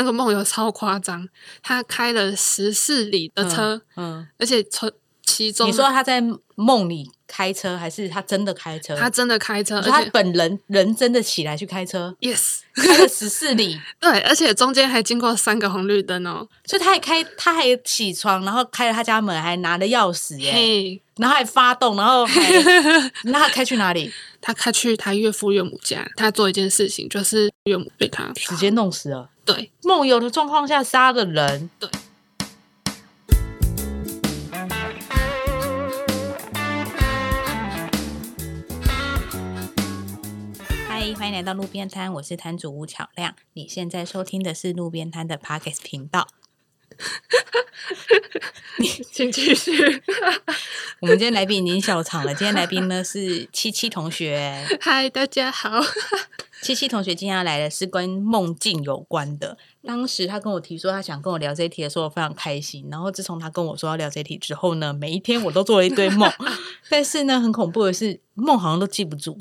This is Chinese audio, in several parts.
那个梦游超夸张，他开了14里的车，而且其中你说他在梦里开车还是他真的开车？ 他真的开车，而且他本人真的起来去开车 ，yes， 开了14里， 对，而且中间还经过3个红绿灯哦， 所以他还起床，然后开了他家门，还拿了钥匙耶，然后还发动，然后那他开去哪里？ 他开去他岳父岳母家，他做一件事情，就是岳母被他直接弄死了。 对， 梦游的状况下杀了人。 对。 嗨，欢迎来到路边摊，我是摊主吴巧亮。你现在收听的是路边摊的 Podcast 频道。 请继续。 我们今天来宾已经笑场了。今天来宾呢是七同学。 嗨，大家好。 七同学今天要来的是跟梦境有关的。当时他跟我提说他想跟我聊这一题的时候，我非常开心。然后自从他跟我说要聊这一题之后呢，每一天我都做了一堆梦。但是呢，很恐怖的是，梦好像都记不住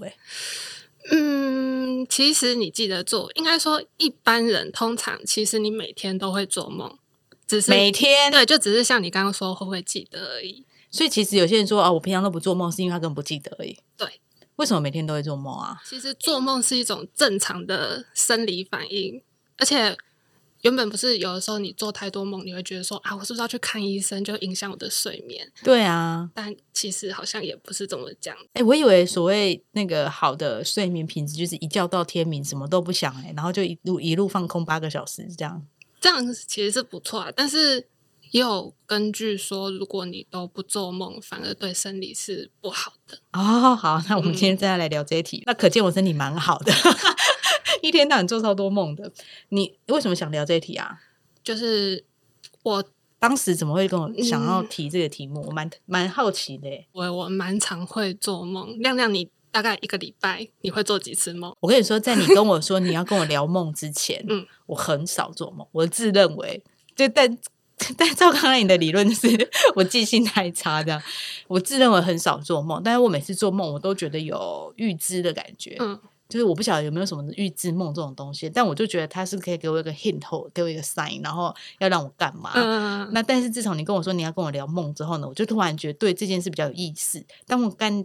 其实你记得做，应该说一般人通常其实你每天都会做梦，只是每天对，就只是像你刚刚说会不会记得而已。 所以其实有些人说我平常都不做梦，是因为他根本不记得而已。 对， 为什么每天都会做梦啊？ 其实做梦是一种正常的生理反应，而且原本不是有的时候你做太多梦，你会觉得说我是不是要去看医生，就影响我的睡眠？ 对啊， 但其实好像也不是这么讲。 我以为所谓那个好的睡眠品质就是一觉到天明，什么都不想然后就一路放空8个小时这样其实是不错啊，但是也有根据说，如果你都不做梦，反而对生理是不好的。 好，那我们今天再来聊这一题。那可见我身体蛮好的。一天到晚做超多梦的。你为什么想聊这一题啊？ 就是我当时怎么会跟我想要提这个题目？我蛮好奇的耶。 我蛮常会做梦。亮亮，你大概1个礼拜你会做几次梦？ 我跟你说，在你跟我说你要跟我聊梦之前，我很少做梦。我自认为，但照刚才你的理论是我记性太差，这样我自认为很少做梦，但是我每次做梦我都觉得有预知的感觉。就是我不晓得有没有什么预知梦这种东西，但我就觉得他是可以给我一个 hint， 给我一个 sign， 然后要让我干嘛。那但是自从你跟我说你要跟我聊梦之后呢，我就突然觉得对这件事比较有意思。当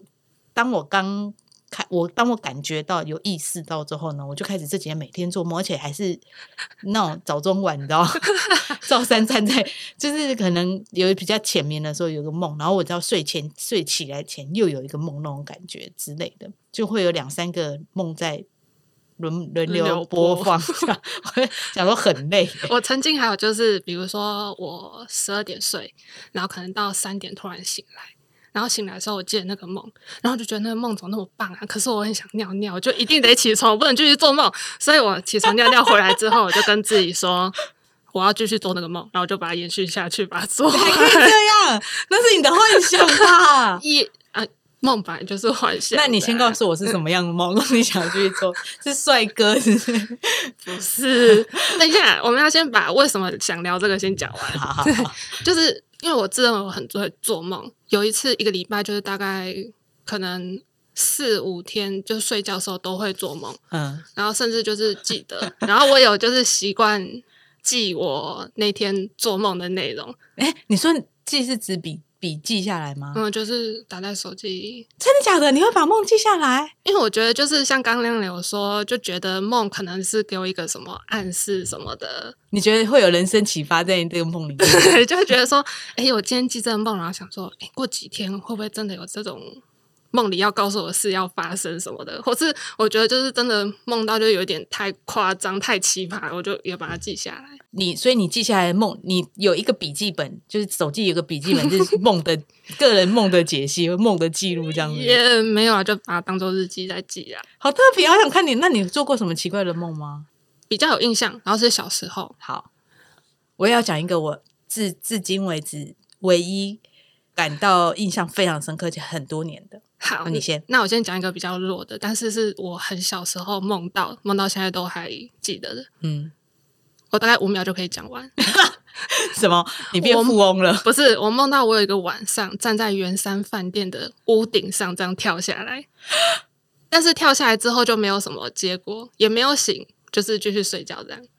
我感觉到有意识到之后呢，我就开始这几天每天做梦，而且还是那种早中晚，你知道照三餐在，就是可能有比较浅眠的时候有个梦，然后我知道睡起来前又有一个梦那种感觉之类的，就会有2-3个梦在轮流播放。我想说很累。 我曾经还有就是比如说我12点睡，然后可能到3点突然醒来，然后醒来的时候我记得那个梦，然后就觉得那个梦怎么那么棒啊，可是我很想尿尿，我就一定得起床，我不能继续做梦，所以我起床尿尿回来之后我就跟自己说我要继续做那个梦，然后我就把它延续下去，把它做完。 还可以这样？那是你的幻想吧？ 梦本来就是幻想。 那你先告诉我是什么样的梦让你想继续做？是帅哥是不是？ 不是。等一下，我们要先把为什么想聊这个先讲完。 好， 就是因为我自认为我很会做梦，有一次1个礼拜就是大概可能4-5天，就睡觉的时候都会做梦，然后甚至就是记得，然后我有就是习惯记我那天做梦的内容。 你说记是指笔记下来吗？ 就是打在手机。 真的假的？你会把梦记下来？ 因为我觉得就是像刚刚有说，就觉得梦可能是给我一个什么暗示什么的。 你觉得会有人生启发在这个梦里面？ 就会觉得说我今天记这个梦，然后想说过几天会不会真的有这种梦里要告诉我的事要发生什么的，或是我觉得就是真的梦到就有点太夸张太奇葩，我就也把它记下来。 所以你记下来的梦，你有一个笔记本，就是手机有个笔记本，就是梦的个人梦的解析梦的记录这样子。 也没有就把它当做日记在记啊。 好特别，好想看你。那你做过什么奇怪的梦吗？ 比较有印象，然后是小时候。 好，我也要讲一个我至今为止唯一感到印象非常深刻且很多年的。 好， 你先。 那我先讲一个比较弱的，但是我很小时候梦到现在都还记得的。我大概5秒就可以讲完。 什么？你变富翁了？ 不是，我梦到我有一个晚上站在圆山饭店的屋顶上这样跳下来，但是跳下来之后就没有什么结果，也没有醒，就是继续睡觉这样。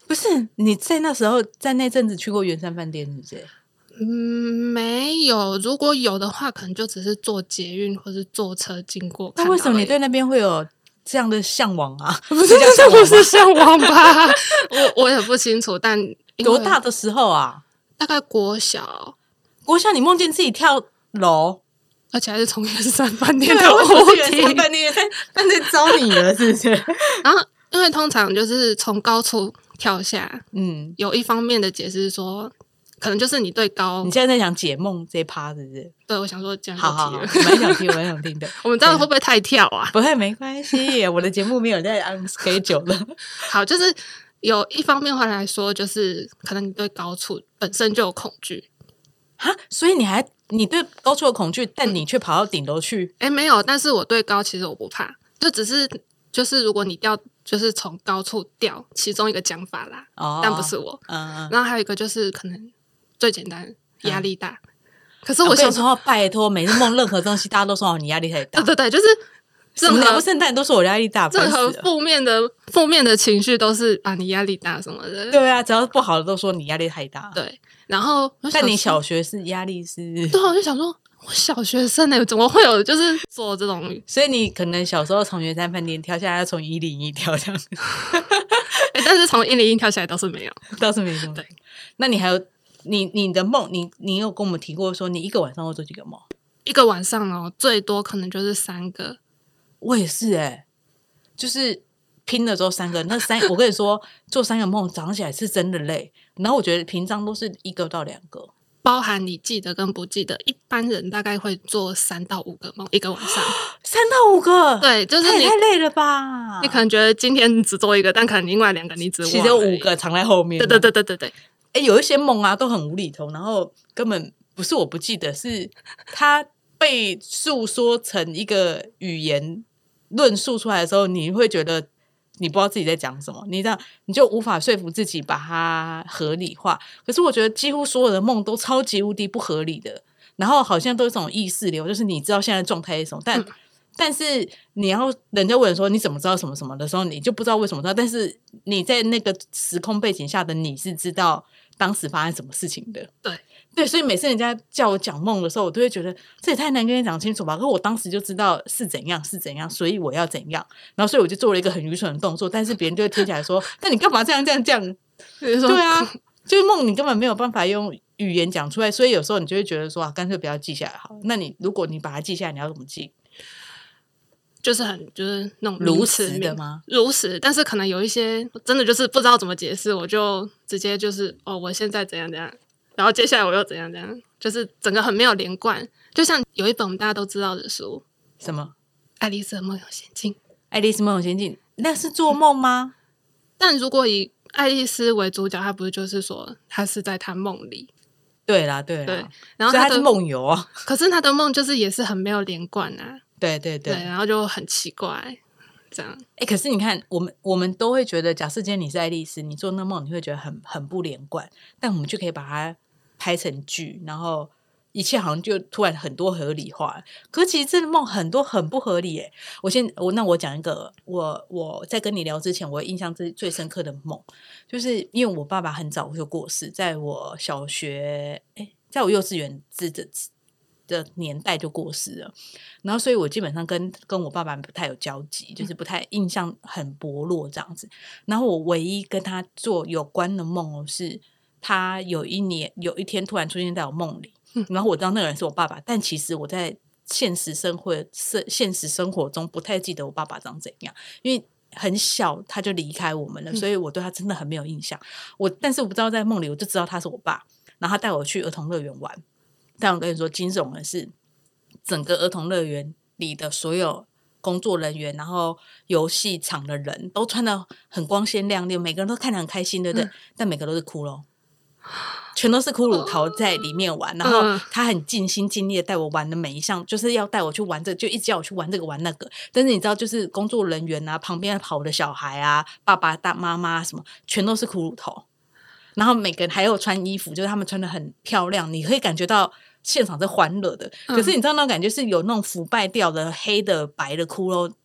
不是你在那时候在那阵子去过圆山饭店是不是？ 没有，如果有的话，可能就只是坐捷运或是坐车经过。 那为什么你对那边会有这样的向往啊？ 不是，这不是向往吧？我也不清楚，但多大的时候啊？ 大概国小， 你梦见自己跳楼， 而且还是从圆山饭店的楼梯， 圆山饭店在招你了，是不是？ 然后因为通常就是从高处跳下，有一方面的解释是说。可能就是你对高， 你现在在讲解梦这一趴是不是？ 对，我想说这样就好，蛮想听的。 我们这样会不会太跳啊？ 不会，没关系，我的节目没有在 on schedule 了。 好，就是有一方面话来说，就是可能你对高处本身就有恐惧哈，所以你对高处有恐惧，但你却跑到顶楼去？ 没有，但是我对高其实我不怕，就只是就是如果你掉，就是从高处掉，其中一个讲法啦，但不是我。然后还有一个就是可能。最简单，压力大。可是我想说，拜托，每次梦任何东西，大家都说你压力太大。 对，就是任何圣诞都说我压力大， 任何负面的情绪都是你压力大什么的。 对啊，只要不好的都说你压力太大。 对，然后但你小学是压力是？ 对，我就想说，我小学生怎么会有就是做这种？ 所以你可能小时候从圆山饭店跳下来，要从101跳这样。 但是从101跳下来倒是没有。 对，那你还有？你的梦，你有跟我们提过说你一个晚上会做几个梦？ 一个晚上最多可能就是3个。 我也是就是拼了之后3个。那我跟你说，做3个梦早上起来是真的累。然后我觉得平常都是1个到2个， 包含你记得跟不记得。一般人大概会做3到5个梦一个晚上。 3到5个， 对，就是太累了吧？ 你可能觉得今天只做1个，但可能另外2个你只忘了。 其实有5个藏在后面。 对。 有一些梦都很无厘头，然后根本不是我不记得，是它被诉说成一个语言论述出来的时候，你会觉得你不知道自己在讲什么，你就无法说服自己把它合理化。可是我觉得几乎所有的梦都超级无敌不合理的，然后好像都是这种意识流，就是你知道现在状态是什么，但是你要人家问说你怎么知道什么什么的时候，你就不知道为什么知道，但是你在那个时空背景下的你是知道当时发生什么事情的。对，所以每次人家叫我讲梦的时候，我都会觉得这也太难跟你讲清楚吧。可是我当时就知道是怎样，所以我要怎样，然后所以我就做了一个很愚蠢的动作，但是别人就会听起来说：“那你干嘛这样？”对啊，就是梦你根本没有办法用语言讲出来，所以有时候你就会觉得说干脆不要记下来好了。那如果你把它记下来，你要怎么记？ 就是那种如实的吗？ 如实，但是可能有一些真的就是不知道怎么解释，我就直接就是我现在怎样怎样，然后接下来我又怎样怎样，就是整个很没有连贯。就像有一本我们大家都知道的书， 什么？ 爱丽丝梦游仙境。 爱丽丝梦游仙境，那是做梦吗？ 但如果以爱丽丝为主角，她不是就是说她是在她梦里？ 对啦， 然后她是梦游啊， 可是她的梦就是也是很没有连贯啊。 对， 然后就很奇怪，这样。 可是你看，我们都会觉得，假设今天你是爱丽丝，你做那梦，你会觉得很不连贯，但我们就可以把它拍成剧，然后一切好像就突然很多合理化。可是其实这个梦很多很不合理耶。那我讲一个，我在跟你聊之前，我印象最深刻的梦，就是因为我爸爸很早就过世，在我小学，在我幼稚园的年代就过世了，然后所以我基本上跟我爸爸不太有交集，就是不太印象很薄弱这样子。然后我唯一跟他做有关的梦是他有一天突然出现在我梦里，然后我知道那个人是我爸爸，但其实我在现实生活中不太记得我爸爸长怎样，因为很小他就离开我们了，所以我对他真的很没有印象。但是我不知道在梦里我就知道他是我爸，然后他带我去儿童乐园玩。但我跟你说惊悚的是，整个儿童乐园里的所有工作人员，然后游戏场的人都穿得很光鲜亮丽，每个人都看得很开心，对不对？但每个都是骷髅，全都是骷髅头在里面玩，然后他很尽心尽力的带我玩的每一项，就是要带我去玩这个，就一直叫我去玩这个玩那个。但是你知道，就是工作人员啊，旁边跑的小孩啊，爸爸大妈妈什么，全都是骷髅头。然后每个人还有穿衣服，就是他们穿得很漂亮，你可以感觉到现场是欢乐的。可是你知道那种感觉是有那种腐败掉的黑的白的骷髅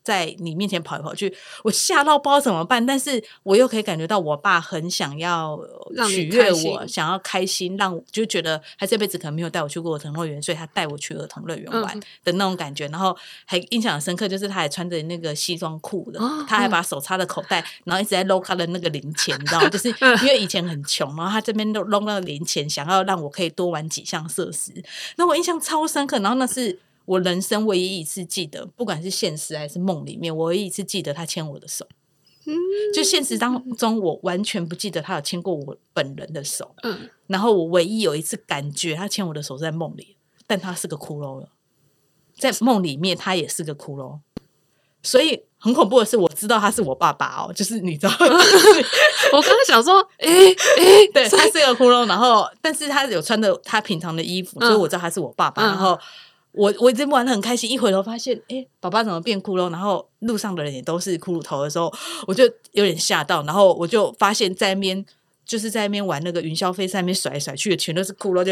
在你面前跑来跑去，我吓到不知道怎么办，但是我又可以感觉到我爸很想要取悦我，想要开心，让我就觉得他这辈子可能没有带我去过儿童乐园，所以他带我去儿童乐园玩的那种感觉。然后还印象很深刻，就是他还穿着那个西装裤的，他还把手插在口袋，然后一直在搂他的那个零钱，你知道吗？就是因为以前很穷，然后他这边都搂那个零钱，想要让我可以多玩几项设施。那我印象超深刻，然后那是我人生唯一一次记得，不管是现实还是梦里面，我唯一一次记得他牵我的手。就现实当中我完全不记得他有牵过我本人的手。然后我唯一有一次感觉他牵我的手是在梦里，但他是个骷髅了，在梦里面他也是个骷髅。所以很恐怖的是，我知道他是我爸爸哦，就是你知道， 我刚才想说， 对，他是个骷髅，然后但是他有穿着他平常的衣服，所以我知道他是我爸爸。然后我一直玩得很开心，一回头发现，爸爸怎么变骷髅？然后路上的人也都是骷髅头的时候，我就有点吓到，然后我就发现在那边。就是在那边玩那个云霄飞车，在那边甩来甩去的全都是骷髅，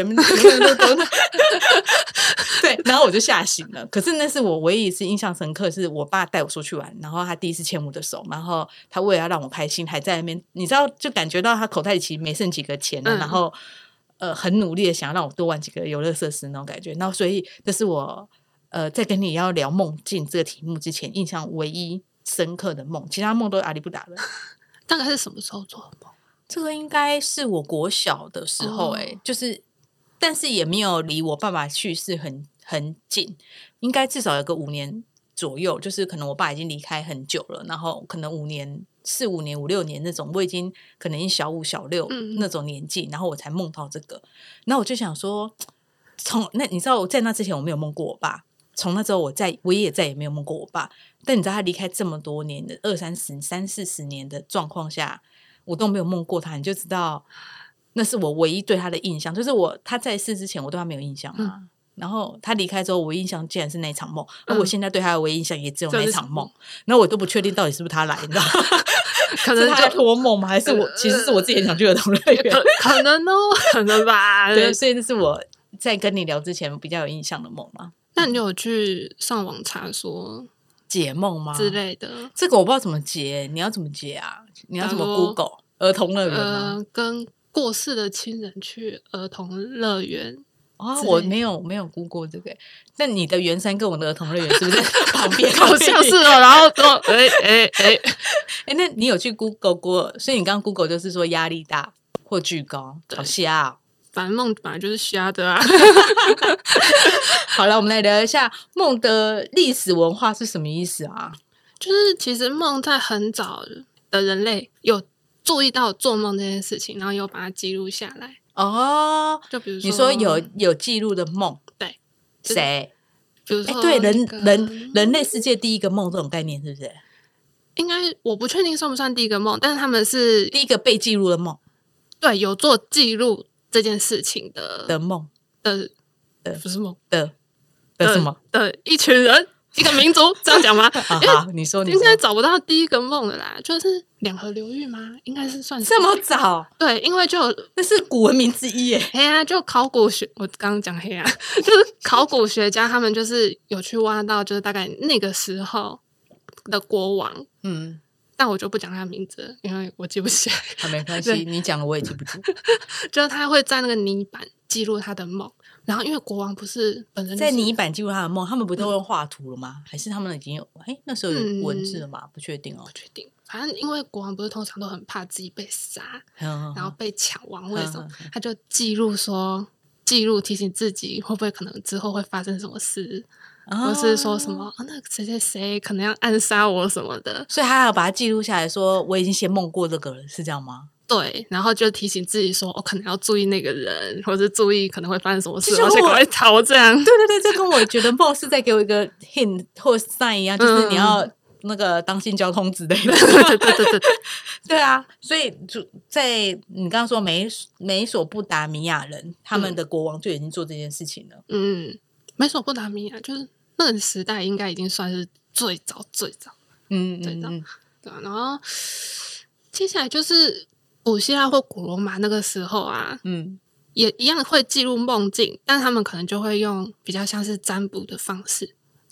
对，然后我就吓醒了。可是那是我唯一一次印象深刻，是我爸带我出去玩，然后他第一次牵我的手，然后他为了要让我开心，还在那边，你知道，就感觉到他口袋里其实没剩几个钱了，然后很努力的想要让我多玩几个游乐设施那种感觉。然后所以这是我在跟你要聊梦境这个题目之前，印象唯一深刻的梦，其他梦都阿里不达的。 大概是什么时候做的梦？ 这个应该是我国小的时候，就是但是也没有离我爸爸去世很近，应该至少有个5年左右，就是可能我爸已经离开很久了，然后可能4、5年、5、6年那种，我已经可能小5、小6那种年纪，然后我才梦到这个。然后我就想说，你知道我在那之前我没有梦过我爸，从那之后我也再也没有梦过我爸。但你知道他离开这么多年的30、40年的状况下，我都没有梦过他，你就知道那是我唯一对他的印象，就是他在世之前我对他没有印象啊。然后他离开之后我印象竟然是那场梦，而我现在对他的唯一印象也只有那场梦，然后我都不确定到底是不是他来，你知道可能是他在托梦吗？还是其实是我自己很想去儿童乐园可能可能吧。 对，所以这是我在跟你聊之前比较有印象的梦嘛。 那你有去上网查说解梦吗之类的？ 这个我不知道怎么解，你要怎么解啊？你要怎么 Google 儿童乐园吗？ 跟过世的亲人去儿童乐园我没有 Google 这个。但你的圆山跟我的儿童乐园是不是旁边？ 好像是哦。然后说， 那你有去 Google 过？所以你刚刚 Google 就是说压力大或巨高，好瞎哦。 反正梦本来就是瞎的啊。 好了，我们来聊一下梦的历史文化是什么意思啊？ 就是其实梦在很早的人类有注意到做梦这件事情，然后有把它记录下来。 就比如说你说有记录的梦， 对， 谁？ 比如说对，人类世界第一个梦这种概念是不是？ 应该我不确定算不算第一个梦，但是他们是第一个被记录的梦。对， 有做记录这件事情的梦不是梦的什么的一群人。一个民族这样讲吗？ 好，你说应该找不到第一个梦的啦，就是两河流域吗？应该是算是这么早？ 对，因为那是古文明之一耶。 黑啊，就考古学，我刚刚讲黑啊，就是考古学家他们就是有去挖到，就是大概那个时候的国王，但我就不讲他的名字了，因为我记不起来。 没关系，你讲了我也记不住。 就是他会在那个泥板记录他的梦。然后因为国王不是本身、 在泥板记录他的梦，他们不都用画图了吗？还是他们已经有那时候有文字了吗？不确定哦， 不确定。反正因为国王不是通常都很怕自己被杀，然后被抢王或者什么，他就记录提醒自己会不会可能之后会发生什么事，或是说什么那谁谁谁可能要暗杀我什么的， 所以他要把它记录下来说我已经先梦过这个了，是这样吗？ 对，然后就提醒自己说，可能要注意那个人，或者注意可能会发生什么事，而且赶快逃这样。 对对对，这跟我觉得梦是在给我一个 hint 或 sign 一样，就是你要那个当心交通之类的。 对， 对啊，所以在你刚刚说美索不达米亚人，他们的国王就已经做这件事情了。 美索不达米亚就是那个时代，应该已经算是最早。最早。对啊，然后。接下来就是古希腊或古罗马那个时候啊，也一样会记录梦境，但他们可能就会用比较像是占卜的方式，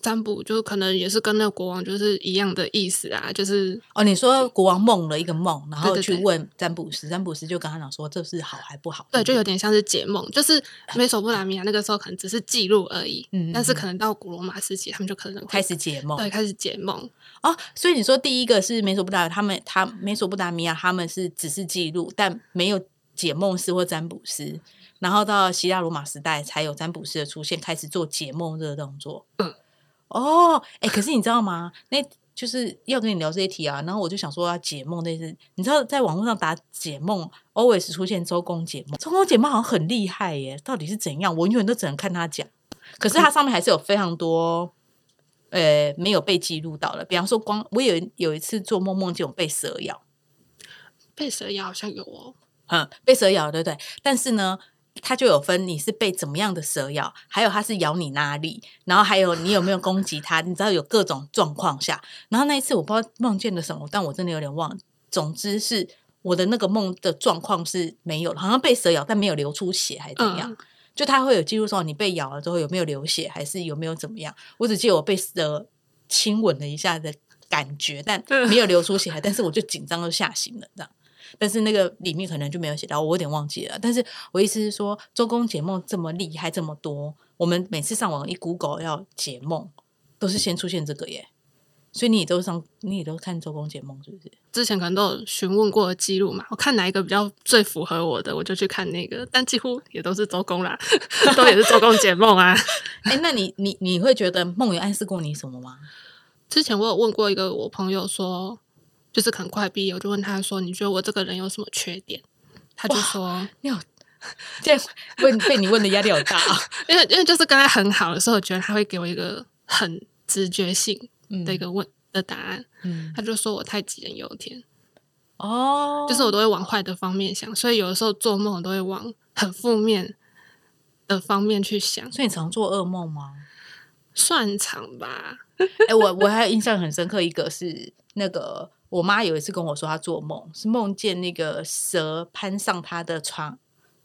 占卜就可能也是跟那个国王就是一样的意思啊，就是你说国王梦了一个梦，然后对去问占卜师，占卜师就跟他讲说这是好还不好， 对，就有点像是解梦，就是美索不达米亚那个时候可能只是记录而已，但是可能到古罗马时期，他们就可能开始解梦， 对，开始解梦。 所以你说第一个是美索不达米亚他们是只是记录，但没有解梦师或占卜师，然后到希腊罗马时代才有占卜师的出现，开始做解梦这个动作。可是你知道吗？那就是要跟你聊这些题啊，然后我就想说要解梦那些，你知道在网络上打解梦 always 出现周公解梦，周公解梦好像很厉害耶，到底是怎样？我永远都只能看他讲，可是他上面还是有非常多没有被记录到的，比方说我有一次做梦梦见我被蛇咬， 被蛇咬好像有被蛇咬对不对？但是呢它就有分你是被怎么样的蛇咬，还有它是咬你哪里，然后还有你有没有攻击它，你知道有各种状况下。然后那一次我不知道梦见了什么，但我真的有点忘了。总之是我的那个梦的状况是没有，好像被蛇咬但没有流出血还怎样，就它会有记录说你被咬了之后有没有流血，还是有没有怎么样。我只记得我被蛇亲吻了一下的感觉，但没有流出血，但是我就紧张就吓醒了这样。但是那个里面可能就没有写到，我有点忘记了。但是我意思是说，周公解梦这么厉害这么多，我们每次上网一 Google 要解梦，都是先出现这个耶。所以你也都看周公解梦是不是？ 之前可能都有询问过的记录嘛，我看哪一个比较最符合我的，我就去看那个，但几乎也都是周公啦，都也是周公解梦啊。 那你会觉得梦有暗示过你什么吗？ 之前我有问过一个我朋友说，就是可能快毕业，我就问他说：“你觉得我这个人有什么缺点？”他就说：“ 这样被你问的压力好大啊！ 因为就是跟他很好的时候，我觉得他会给我一个很直觉性的一个的答案。他就说我太杞人忧天，就是我都会往坏的方面想，所以有的时候做梦我都会往很负面的方面去想。 所以你常做噩梦吗？ 算长吧。 我还有印象很深刻，一个是那个我妈有一次跟我说，她做梦是梦见那个蛇攀上她的床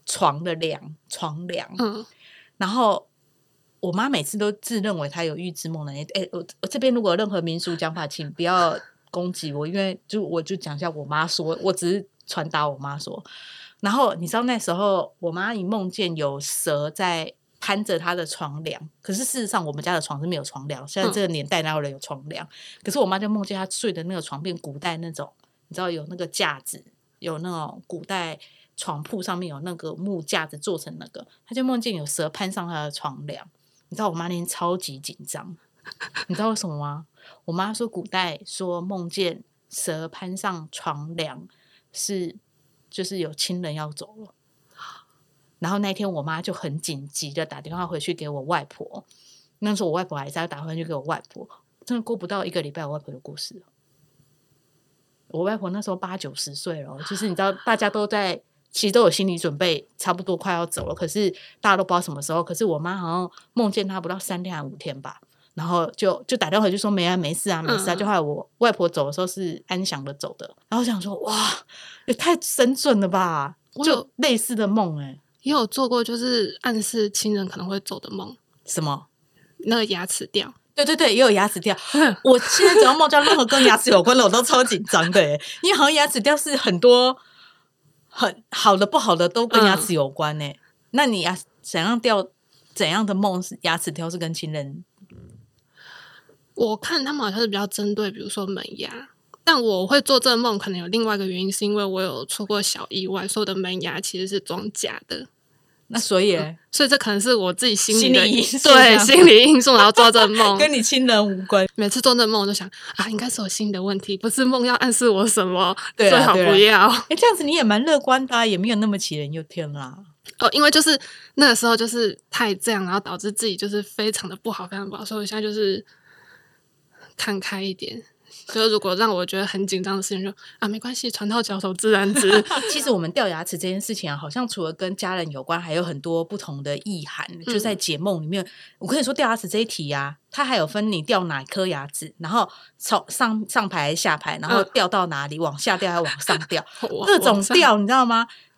梁，然后我妈每次都自认为她有预知梦的。我这边如果有任何民俗讲法，请不要攻击我，因为我就讲一下我妈说，我只是传达我妈说。然后你知道那时候我妈一梦见有蛇在攀着她的床梁，可是事实上我们家的床是没有床梁，现在这个年代哪有人有床梁？可是我妈就梦见她睡的那个床变古代那种，你知道有那个架子，有那种古代床铺上面有那个木架子做成那个，她就梦见有蛇攀上她的床梁。你知道我妈那天超级紧张，你知道为什么吗？我妈说古代说梦见蛇攀上床梁是就是有亲人要走了。然后那天我妈就很紧急的打电话回去给我外婆，那时候我外婆还在，打回去给我外婆，真的过不到1个礼拜我外婆就过世了。我外婆那时候80、90岁了，就是你知道大家都在其实都有心理准备，差不多快要走了，可是大家都不知道什么时候。可是我妈好像梦见她不到3天还5天吧，然后就打电话就说没事啊，就后来我外婆走的时候是安详的走的。然后我想说哇，也太神准了吧，就类似的梦也有做过就是暗示亲人可能会走的梦。 什么？ 那个牙齿掉。 对，也有牙齿掉。我现在只要梦到任何跟牙齿有关的我都超紧张的耶，因为好像牙齿掉是很多很好的不好的都跟牙齿有关耶。那你怎样的梦是牙齿掉是跟亲人？ 我看他们好像是比较针对比如说门牙，但我会做这个梦可能有另外一个原因，是因为我有出过小意外，所以我的门牙其实是装假的。 那所以所以这可能是我自己心理因素， 对，心理因素，然后做这个梦跟你亲人无关。 每次做这个梦我就想应该是我心理的问题，不是梦要暗示我什么， 对最好不要。 这样子你也蛮乐观的也没有那么杞人忧天啦。 因为就是那个时候就是太这样，然后导致自己就是非常的不好，非常不好，所以我现在就是看开一点。就是如果让我觉得很紧张的事情，就没关系，船到脚手自然直。 其实我们掉牙齿这件事情好像除了跟家人有关，还有很多不同的意涵。就在解梦里面，我跟你说掉牙齿这一题它还有分你掉哪颗牙齿，然后从上排还是下排，然后掉到哪里，往下掉还是往上掉，各种掉，你知道吗？就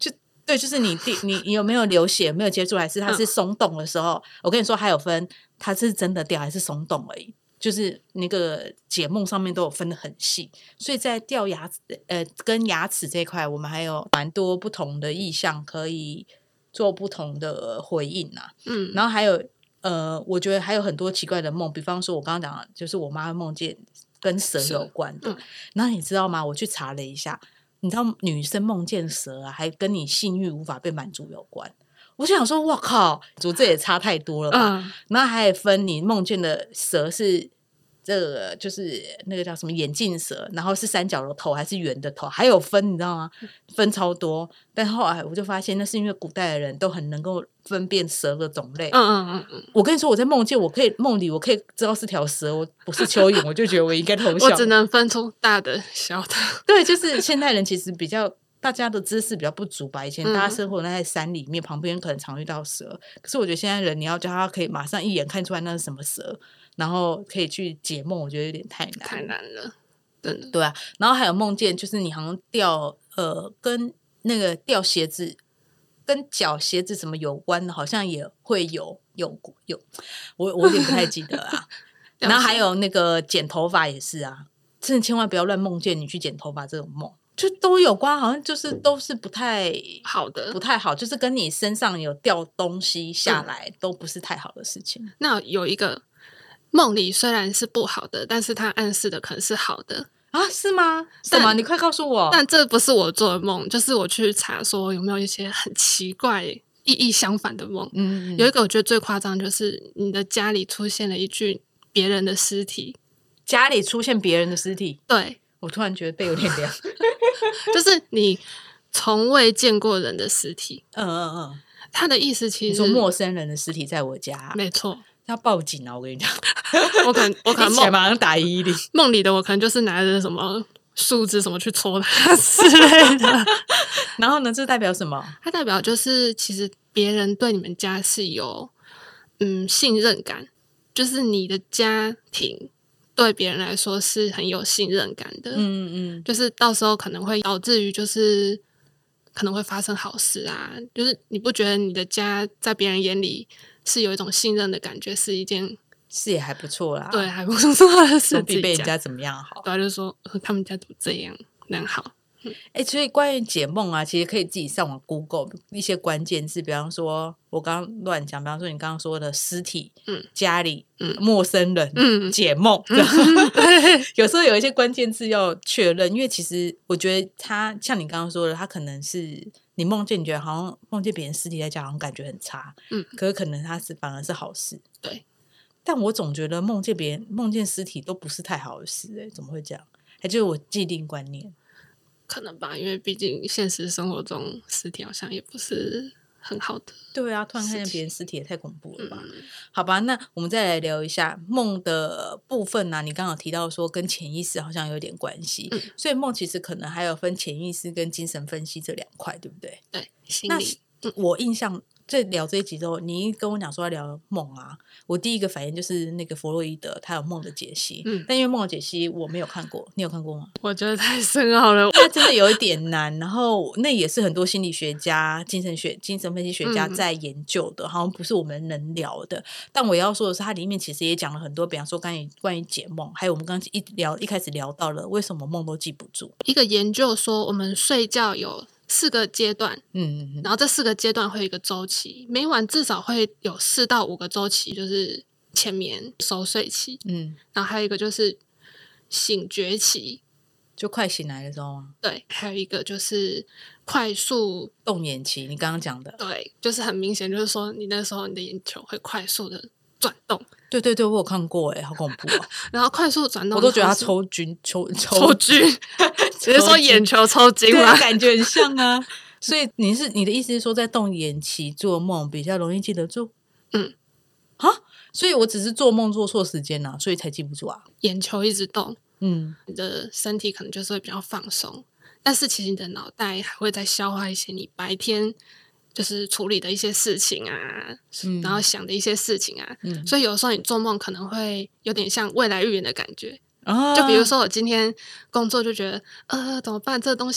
对，就是你有没有流血，有没有接触，还是它是松动的时候，我跟你说还有分它是真的掉还是松动而已，就是那个解梦上面都有分得很细，所以在掉牙齿跟牙齿这一块，我们还有蛮多不同的意象可以做不同的回应啊。然后还有我觉得还有很多奇怪的梦，比方说我刚刚讲的就是我妈梦见跟蛇有关的，然后你知道吗？我去查了一下，你知道女生梦见蛇啊，还跟你性欲无法被满足有关。我就想说，哇靠，这也差太多了吧？然后还有分你梦见的蛇是这个就是那个叫什么眼镜蛇，然后是三角的头还是圆的头，还有分，你知道吗？分超多。但后来我就发现，那是因为古代的人都很能够分辨蛇的种类。我跟你说，我在梦里我可以知道是条蛇，我不是蚯蚓，我就觉得我应该偷笑。 我只能分出大的小的。 对，就是现代人其实比较。大家的知识比较不足吧，以前大家生活在山里面，旁边可能常遇到蛇，可是我觉得现在人你要叫他可以马上一眼看出来那是什么蛇，然后可以去解梦，我觉得有点太难了，真的。 对啊，然后还有梦见就是你好像掉跟那个掉鞋子跟脚鞋子什么有关的，好像也会有我有点不太记得啊。然后还有那个剪头发也是啊，真的千万不要乱梦见你去剪头发这种梦。就都有关，好像就是都是不太好的，不太好，就是跟你身上有掉东西下来，都不是太好的事情。 那有一个梦里虽然是不好的，但是它暗示的可能是好的啊？是吗？什么？你快告诉我！ 但这不是我做的梦，就是我去查说有没有一些很奇怪、意义相反的梦。有一个我觉得最夸张，就是你的家里出现了一具别人的尸体。 家里出现别人的尸体？ 对。 我突然觉得背有点凉。 就是你从未见过人的尸体。他的意思其实你说陌生人的尸体在我家， 没错， 要报警啊！我跟你讲， 我可能梦马上打110。 梦里的我可能就是拿着什么树枝什么去戳他之类的。 然后呢，这代表什么？ 它代表就是其实别人对你们家是有信任感，就是你的家庭对别人来说是很有信任感的。就是到时候可能会导致于就是可能会发生好事啊，就是你不觉得你的家在别人眼里是有一种信任的感觉，是一件是也还不错啦。 对，还不错的事， 总比被人家怎么样好。 对，就是说他们家怎么这样那样好。 所以关于解梦啊，其实可以自己上网 Google 一些关键字，比方说我刚刚乱讲，比方说你刚刚说的尸体、家里、陌生人、解梦，有时候有一些关键字要确认，因为其实我觉得他像你刚刚说的，他可能是你梦见，你觉得好像梦见别人尸体在家，好像感觉很差，可是可能他反而是好事， 对。 但我总觉得梦见尸体都不是太好的事，怎么会这样？还就是我既定观念。 可能吧，因为毕竟现实生活中尸体好像也不是很好的。 对啊，突然看见别人尸体也太恐怖了吧。好吧，那我们再来聊一下梦的部分啊。你刚刚有提到说跟潜意识好像有点关系，所以梦其实可能还有分潜意识跟精神分析这2块，对不对？ 对，心理。 我印象在聊这一集之后，你一跟我讲说要聊梦啊，我第一个反应就是那个弗洛伊德他有梦的解析，但因为梦的解析我没有看过，你有看过吗？ 我觉得太深奥了， 它真的有一点难，然后那也是很多心理学家、精神分析学家在研究的，好像不是我们能聊的。但我要说的是，它里面其实也讲了很多，比方说关于解梦，还有我们刚刚一开始聊到了为什么梦都记不住。 一个研究说，我们睡觉有4个阶段，然后这4个阶段会有一个周期，每晚至少会有4到5个周期，就是浅眠、熟睡期，然后还有一个就是醒觉期， 就快醒来的时候吗？ 对，还有一个就是快速动眼期，你刚刚讲的， 对，就是很明显，就是说你那时候你的眼球会快速的转动。 对对对，我有看过好恐怖啊！ 然后快速转动， 我都觉得他抽筋， 只是说眼球抽筋吗？ 感觉很像啊。所以你的意思是说，在动眼期做梦比较容易记得住？所以我只是做梦做错时间啊，所以才记不住啊。 眼球一直动，你的身体可能就是会比较放松，但是其实你的脑袋还会再消化一些你白天就是处理的一些事情啊，然后想的一些事情啊，所以有时候你做梦可能会有点像未来预言的感觉。就比如说我今天工作就觉得怎么办，这个东西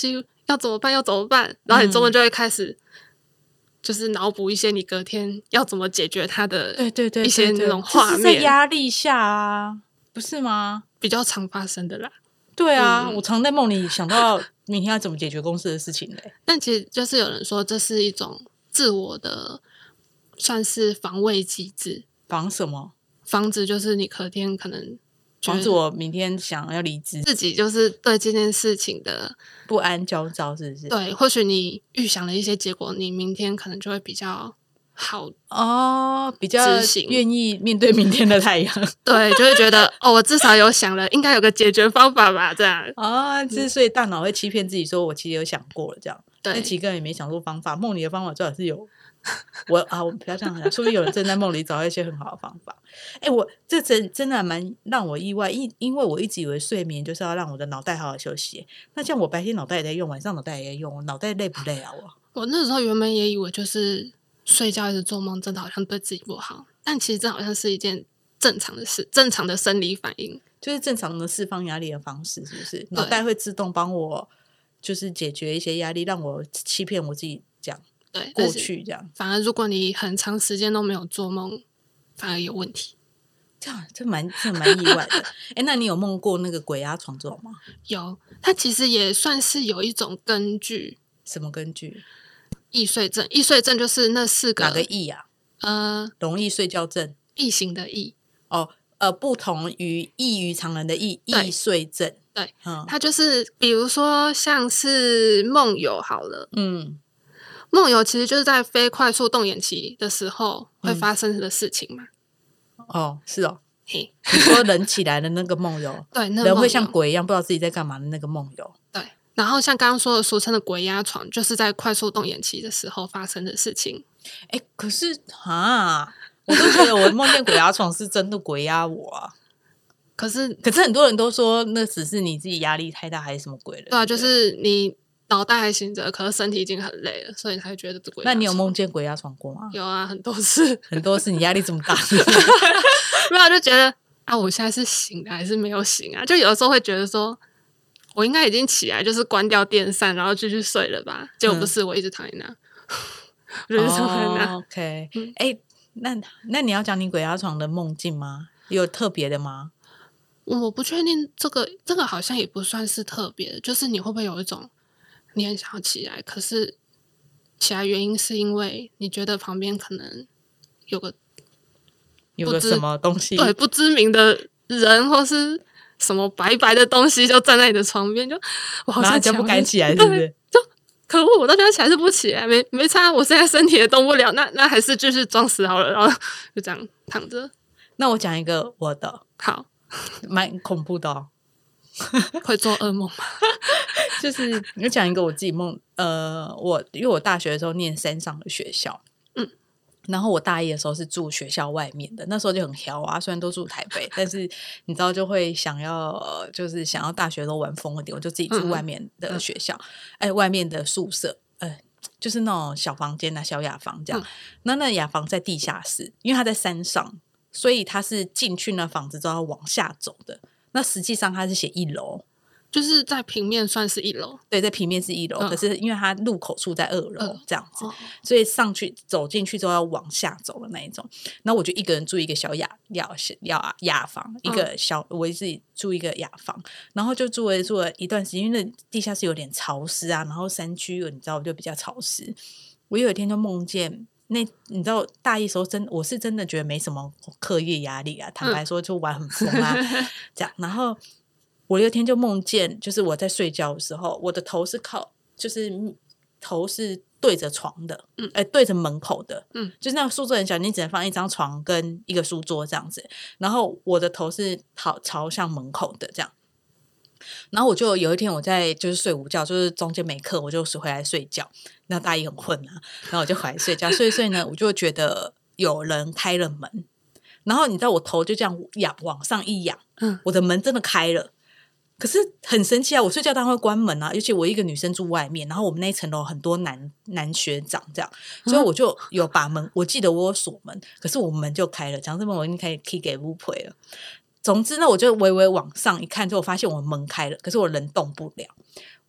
要怎么办，然后你做梦就会开始就是脑补一些你隔天要怎么解决它的一些那种画面， 这是在压力下啊，不是吗？ 比较常发生的啦。 对啊，我常在梦里想到明天要怎么解决公司的事情嘞。 但其实就是有人说这是一种自我的算是防卫机制。 防什么？ 防止就是你隔天可能防止我明天想要离职， 自己就是对这件事情的不安焦躁，是不是？ 对，或许你预想了一些结果，你明天可能就会比较好哦，比较愿意面对明天的太阳。 对，就会觉得我至少有想了，应该有个解决方法吧，这样之所以大脑会欺骗自己说我其实有想过了这样， 对， 但其实根本也没想出方法。梦里的方法最好是有我不要这样讲，说不定有人正在梦里找到一些很好的方法。我这真的蛮让我意外，因为我一直以为睡眠就是要让我的脑袋好好休息。那像我白天脑袋也在用，晚上脑袋也在用，我脑袋累不累啊？ 我那时候原本也以为就是睡觉一直做梦，真的好像对自己不好，但其实这好像是一件正常的事，正常的生理反应， 就是正常的释放压力的方式，是不是？脑袋会自动帮我就是解决一些压力，让我欺骗我自己这样。 对， 过去这样， 反而如果你很长时间都没有做梦，反而有问题。 这蛮意外的。那你有梦过那个鬼压床这种吗？ 有，它其实也算是有一种根据。 什么根据？ 易睡症，易睡症就是那4个哪个易啊？容易睡觉症， 易型的易。 不同于异于常人的易睡症。 对，它就是比如说像是梦游好了，梦游其实就是在非快速动眼期的时候会发生的事情嘛。 是哦。你说人起来的那个梦游， 对，那人会像鬼一样不知道自己在干嘛的那个梦游。 对，然后像刚刚说的俗称的鬼压床，就是在快速动眼期的时候发生的事情。 可是我都觉得我梦见鬼压床是真的鬼压我啊。可是很多人都说那只是你自己压力太大还是什么鬼了。 对啊，就是你脑袋还醒着，可是身体已经很累了，所以你才觉得鬼压床。 那你有梦见鬼压床过吗？ 有啊，很多次。 很多次，你压力这么大没有，就觉得我现在是醒的还是没有醒啊？就有的时候会觉得说我应该已经起来，就是关掉电扇然后继续睡了吧，结果不是，我一直躺在那。我就是躺在那。 OK。那你要讲你鬼压床的梦境吗？有特别的吗？ 我不确定，这个好像也不算是特别的，就是你会不会有一种你很想要起来，可是起来原因是因为你觉得旁边可能有个什么东西， 对，不知名的人或是什么白白的东西就站在你的床边，就我好像就不敢起来，是不是？ 就可恶，我到底要起来是不起来？没差，我现在身体也动不了，那还是继续装死好了，然后就这样躺着。 那我讲一个我的， 好， 蛮恐怖的哦。 会做噩梦吗？ 就是我讲一个我自己梦，因为我大学的时候念山上的学校，然后我大一的时候是住学校外面的，那时候就很挑啊，虽然都住台北，但是你知道就会想要就是想要大学都玩疯一点，我就自己住外面的学校，外面的宿舍，就是那种小房间啊，小雅房这样。那雅房在地下室，因为它在山上，所以它是进去那房子之后要往下走的。那实际上它是写1楼， 就是在平面算是1楼， 对，在平面是1楼，可是因为它入口处在2楼这样子，所以上去走进去之后要往下走的那一种。然后我就一个人住一个小雅房，一个我自己住一个雅房，然后就住了一段时间，因为那地下室有点潮湿啊，然后山区你知道就比较潮湿。我有一天就梦见。你知道大一时候我是真的觉得没什么课业压力啊，坦白说就玩很疯啊这样。然后我有一天就梦见，就是我在睡觉的时候，我的头是就是头是对着床的，对着门口的，就是那个书桌很小，你只能放一张床跟一个书桌这样子。然后我的头是朝向门口的这样。然后我就有一天我在就是睡午觉，就是中间没课，我就回来睡觉。那大一很混啊，然后我就回来睡觉，睡呢，我就觉得有人开了门，然后你知道我头就这样往上一仰，我的门真的开了。可是很神奇啊，我睡觉当然会关门啊，尤其我一个女生住外面，然后我们那一层楼很多男学长这样，所以我就有把门，我记得我有锁门，可是我门就开了，讲这么我已经可以给乌赔了。总之呢，我就微微往上一看之后，我发现我门开了，可是我人动不了。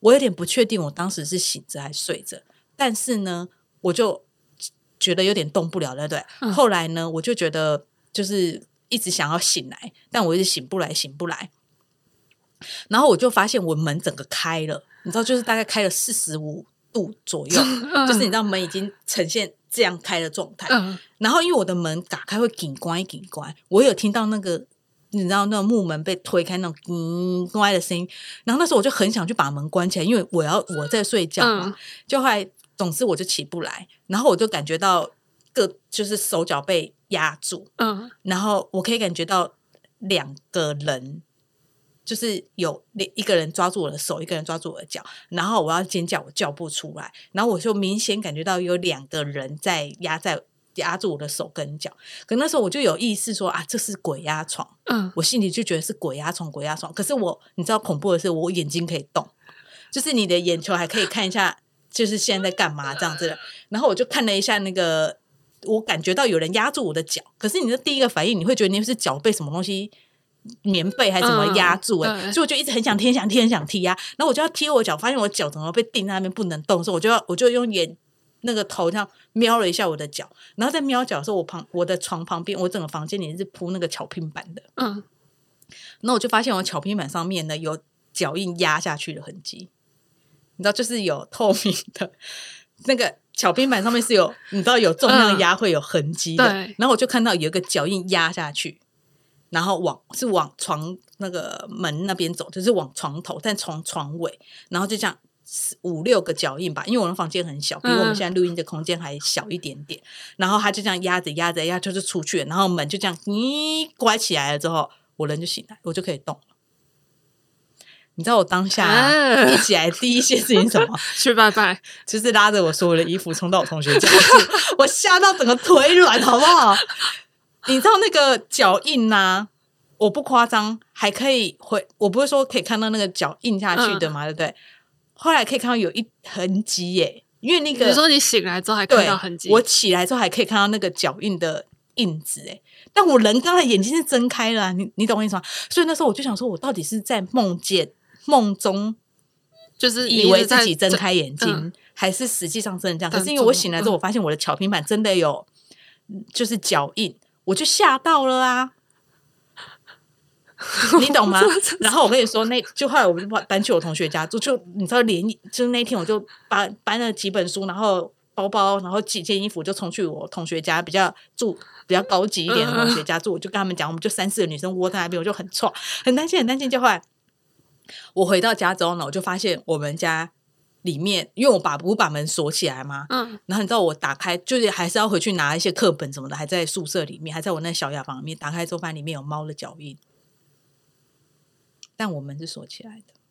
我有点不确定我当时是醒着还是睡着，但是呢我就觉得有点动不了，对不对？后来呢我就觉得就是一直想要醒来，但我一直醒不来，然后我就发现我门整个开了，你知道就是大概开了45度左右，就是你知道门已经呈现这样开的状态，然后因为我的门打开会紧关，我有听到那个你知道那种木门被推开那种叮乖的声音，然后那时候我就很想去把门关起来，因为我在睡觉嘛，就后来总之我就起不来，然后我就感觉到就是手脚被压住，然后我可以感觉到2个人，就是有一个人抓住我的手，一个人抓住我的脚，然后我要尖叫我叫不出来，然后我就明显感觉到有2个人在压住我的手跟脚，可那时候我就有意识说啊，这是鬼压床，我心里就觉得是鬼压床，可是你知道恐怖的是我眼睛可以动，就是你的眼球还可以看一下就是现在在干嘛这样子的，然后我就看了一下那个，我感觉到有人压住我的脚，可是你的第一个反应你会觉得你是脚被什么东西棉被还是什么压住所以我就一直很想踢啊，然后我就要踢我脚，发现我脚怎么被钉在那边不能动，所以我就用那个头这样瞄了一下我的脚，然后在瞄脚的时候我的床旁边，我整个房间里是铺那个巧拼板的，然后我就发现我巧拼板上面呢有脚印压下去的痕迹，你知道就是有透明的那个巧拼板上面是有你知道有重量压会有痕迹的，然后我就看到有一个脚印压下去，然后往床那个门那边走，就是往床头但床尾，然后就这样5-6个脚印吧，因为我的房间很小，比我们现在录音的空间还小一点点，然后他就这样压着就是出去了，然后门就这样关起来了之后，我人就醒来，我就可以动了。你知道我当下一起来第一件事情是什么？ 去拜拜， 就是拉着我所有的衣服冲到我同学家去，我吓到整个腿软，好不好？你知道那个脚印啊，我不夸张，还可以我不是说可以看到那个脚印下去的嘛，对不对？后来可以看到有一痕迹耶，因为那个你说你醒来之后还看到痕迹， 我起来之后还可以看到那个脚印的印子耶，但我人刚才眼睛是睁开了你懂我意思吗？所以那时候我就想说，我到底是在梦中就是以为自己睁开眼睛，还是实际上真的这样？可是因为我醒来之后，我发现我的巧拼板真的有就是脚印，我就吓到了啊！你懂吗？然后我跟你说，就后来我就搬去我同学家住，就你知道就是那天我就搬了几本书，然后包包，然后几件衣服，就冲去我同学家比较高级一点的同学家住，我就跟他们讲，我们就3-4个女生窝在那边，我就很担心。就后来我回到家之后呢，我就发现我们家里面，因为我把门锁起来嘛，然后你知道我打开，就是还是要回去拿一些课本什么的，还在宿舍里面，还在我那小雅房里面，打开之后发现里面有猫的脚印，但我门是锁起来的。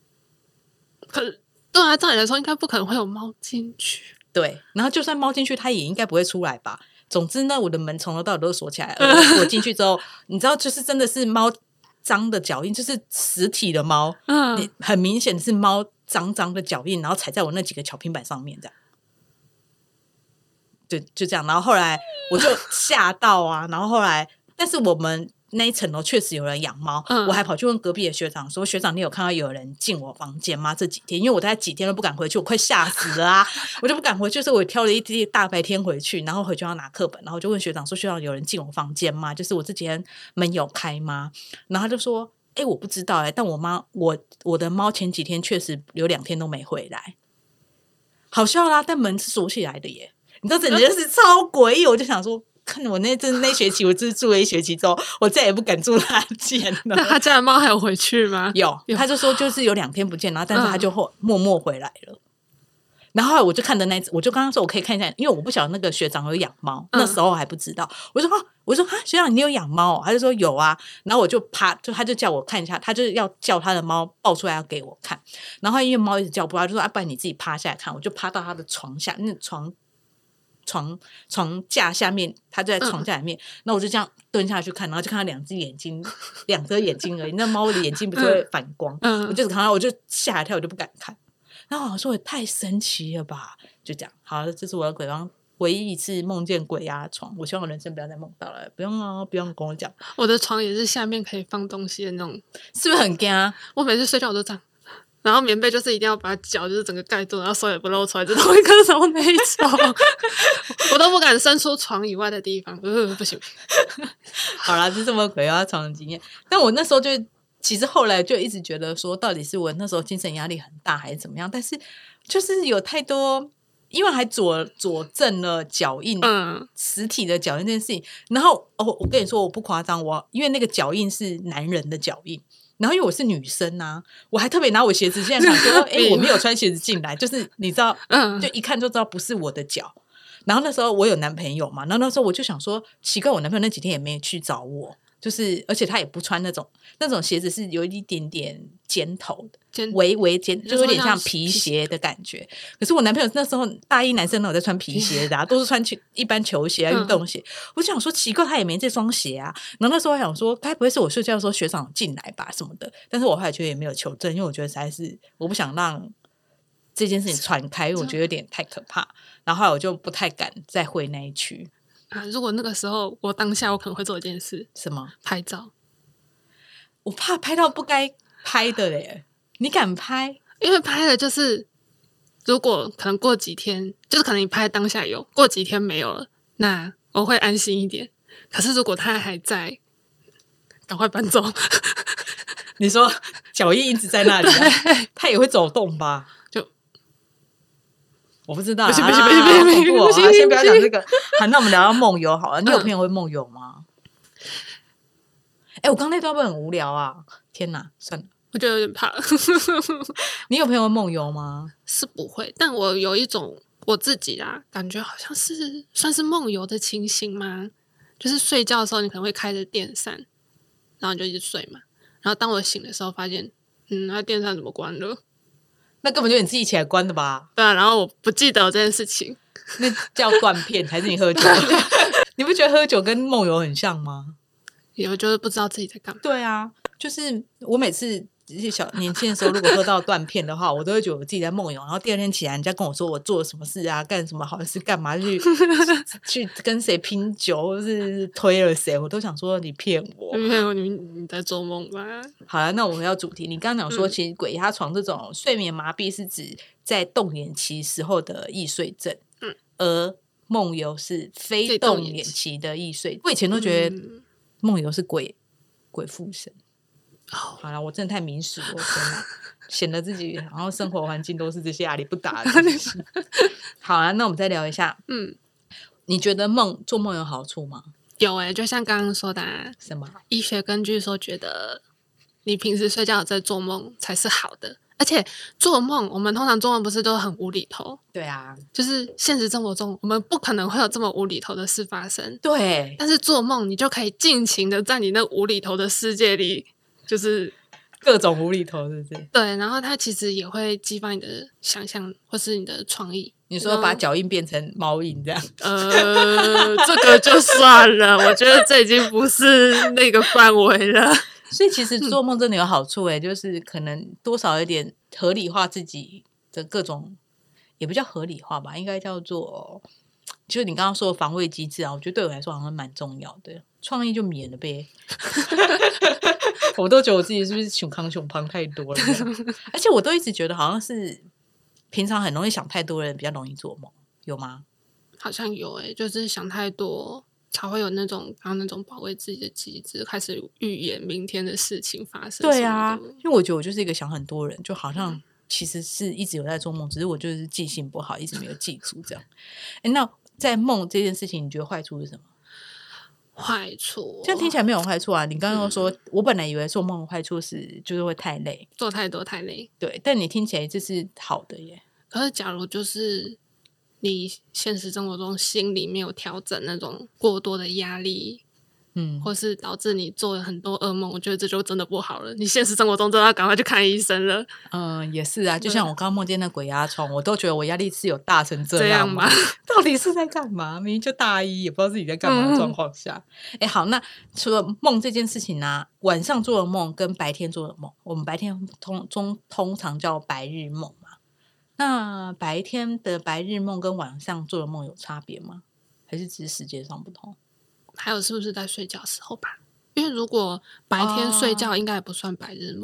对啊，照理来说应该不可能会有猫进去。 对，然后就算猫进去，它也应该不会出来吧。总之呢，我的门从头到尾都是锁起来了。我进去之后，你知道，就是真的是猫脏的脚印，就是实体的猫，很明显是猫脏的脚印，然后踩在我那几个巧拼板上面，这样。就这样，然后后来我就吓到啊，然后后来，但是我们那一层楼确实有人养猫，我还跑去问隔壁的学长说，学长你有看到有人进我房间吗？这几天因为我大概几天都不敢回去，我快吓死了啊我就不敢回去，所以我挑了一大白天回去，然后回去要拿课本，然后就问学长说，学长有人进我房间吗？就是我这几天门有开吗？然后他就说我不知道但我的猫前几天确实有2天都没回来。好笑啦，但门是锁起来的耶，你知道整件事超诡异，我就想说看我那学期，我就是住了1学期之后，我再也不敢住他家了。 那他家的猫还有回去吗？ 有，他就说就是有2天不见，然后但是他就默默回来了。然后后来我就看的我就刚刚说我可以看一下，因为我不晓得那个学长有养猫，那时候还不知道。我说学长你有养猫他就说有啊。然后我就他就叫我看一下，他就要叫他的猫抱出来要给我看。然后因为猫一直叫不到，就说不然你自己趴下来看。我就趴到他的床下，那床架下面，他就在床架里面。那我就这样蹲下去看，然后就看到2只眼睛，2颗眼睛而已。那猫的眼睛不是会反光，我就只看到，我就吓一跳，我就不敢看。然后我说也太神奇了吧，就这样。好，这是我的鬼方唯一一次梦见鬼压床，我希望我人生不要再梦到了。不用啊，不用跟我讲。 我的床也是下面可以放东西的那种， 是不是很惊啊？ 我每次睡觉我都这样， 然后棉被就是一定要把脚就是整个盖住，然后手也不露出来，就同一个手那一种，我都不敢伸出床以外的地方，不行。 好啦，这么鬼压床的经验，但我那时候就其实后来就一直觉得说，到底是我那时候精神压力很大还是怎么样？但是就是有太多，因为还佐证了脚印，实体的脚印这件事情。然后我跟你说，我不夸张，因为那个脚印是男人的脚印。然后因为我是女生啊，我还特别拿我鞋子，现在想说，我没有穿鞋子进来，就是你知道，就一看就知道不是我的脚。然后那时候我有男朋友嘛，然后那时候我就想说，奇怪，我男朋友那几天也没去找我，就是而且他也不穿那种鞋子，是有一点点尖头的，微尖，就有点像皮鞋的感觉。可是我男朋友那时候大一男生都有在穿皮鞋的都是穿一般球鞋运动鞋。我就想说奇怪，他也没这双鞋啊。然后那时候我想说，该不会是我睡觉的时候学长进来吧什么的？但是我后来觉得也没有求证，因为我觉得实在是我不想让这件事情传开，因为我觉得有点太可怕。然后后来我就不太敢再回那一区如果那个时候我当下我可能会做一件事， 什么？ 拍照。 我怕拍到不该拍的耶。你敢拍？ 因为拍的就是如果可能过几天，就是可能你拍当下有，过几天没有了，那我会安心一点。可是如果他还在，赶快搬走。 你说脚印一直在那里他也会走动吧？ 就我不知道， 不行， 恐怖先不要讲这个。好，那我们聊到梦游好了。你有朋友会梦游吗？我刚那段会不会很无聊啊？天哪，算了， 我觉得有点怕。 你有朋友会梦游吗？ 是不会，但我有一种我自己啦，感觉好像是算是梦游的情形吗？就是睡觉的时候，你可能会开着电扇，然后你就一直睡嘛。然后当我醒的时候，发现，那电扇怎么关了？ 那根本就你自己起来关的吧？ 对啊，然后我不记得这件事情， 那叫断片还是你喝酒？你不觉得喝酒跟梦游很像吗？ 有就是不知道自己在干嘛。 对啊，就是我每次年轻的时候，如果喝到断片的话，我都会觉得我自己在梦游。然后第二天起来，人家跟我说我做了什么事啊，干什么好事，干嘛去跟谁拼酒，或是推了谁，我都想说你骗我， 你在做梦吧？ 好了，那我们要主题。你刚刚讲说，其实鬼压床这种睡眠麻痹是指在动眼期时候的易睡症，而梦游是非动眼期的易睡。我以前都觉得梦游是鬼附身。好啦，我真的太民俗了，天哪，显得自己然后生活环境都是这些压力不大的东西。好啊，那我们再聊一下，你觉得做梦有好处吗？ 有就像刚刚说的什么？ 医学根据说，觉得你平时睡觉在做梦才是好的。而且做梦，我们通常做梦不是都很无厘头？ 对啊， 就是现实生活中，我们不可能会有这么无厘头的事发生。 对， 但是做梦，你就可以尽情的在你那无厘头的世界里，就是各种无厘头，是不是？ 对，然后它其实也会激发你的想象或是你的创意。 你说把脚印变成猫印这样？ 这个就算了，我觉得这已经不是那个范围了。 所以其实做梦真的有好处就是可能多少有点合理化自己的各种，也不叫合理化吧，应该叫做就是你刚刚说的防卫机制啊，我觉得对我来说好像蛮重要的，创意就免了呗。我都觉得我自己是不是熊胖太多了，而且我都一直觉得好像是平常很容易想太多的人比较容易做梦，有吗？ 好像有就是想太多才会有那种刚刚那种保卫自己的机制，开始预言明天的事情发生。 对啊，因为我觉得我就是一个想很多人，就好像其实是一直有在做梦，只是我就是记性不好，一直没有记住这样。那在梦这件事情，你觉得坏处是什么？ 坏处这样听起来没有坏处啊！你刚刚说，我本来以为做梦的坏处是就是会太累， 做太多太累。 对，但你听起来这是好的耶。 可是假如就是你现实生活中心里没有调整那种过多的压力，或是导致你做了很多噩梦，我觉得这就真的不好了。你现实生活中真的要赶快去看医生了。 也是啊，就像我刚刚梦见那鬼压床，我都觉得我压力是有大成这样吗？到底是在干嘛？明明就大一，也不知道自己在干嘛的状况下。好，那除了梦这件事情呢，晚上做的梦跟白天做的梦，我们白天通常叫白日梦嘛。那白天的白日梦跟晚上做的梦有差别吗？还是只是时间上不同？ 还有是不是在睡觉时候吧？因为如果白天睡觉应该也不算白日梦。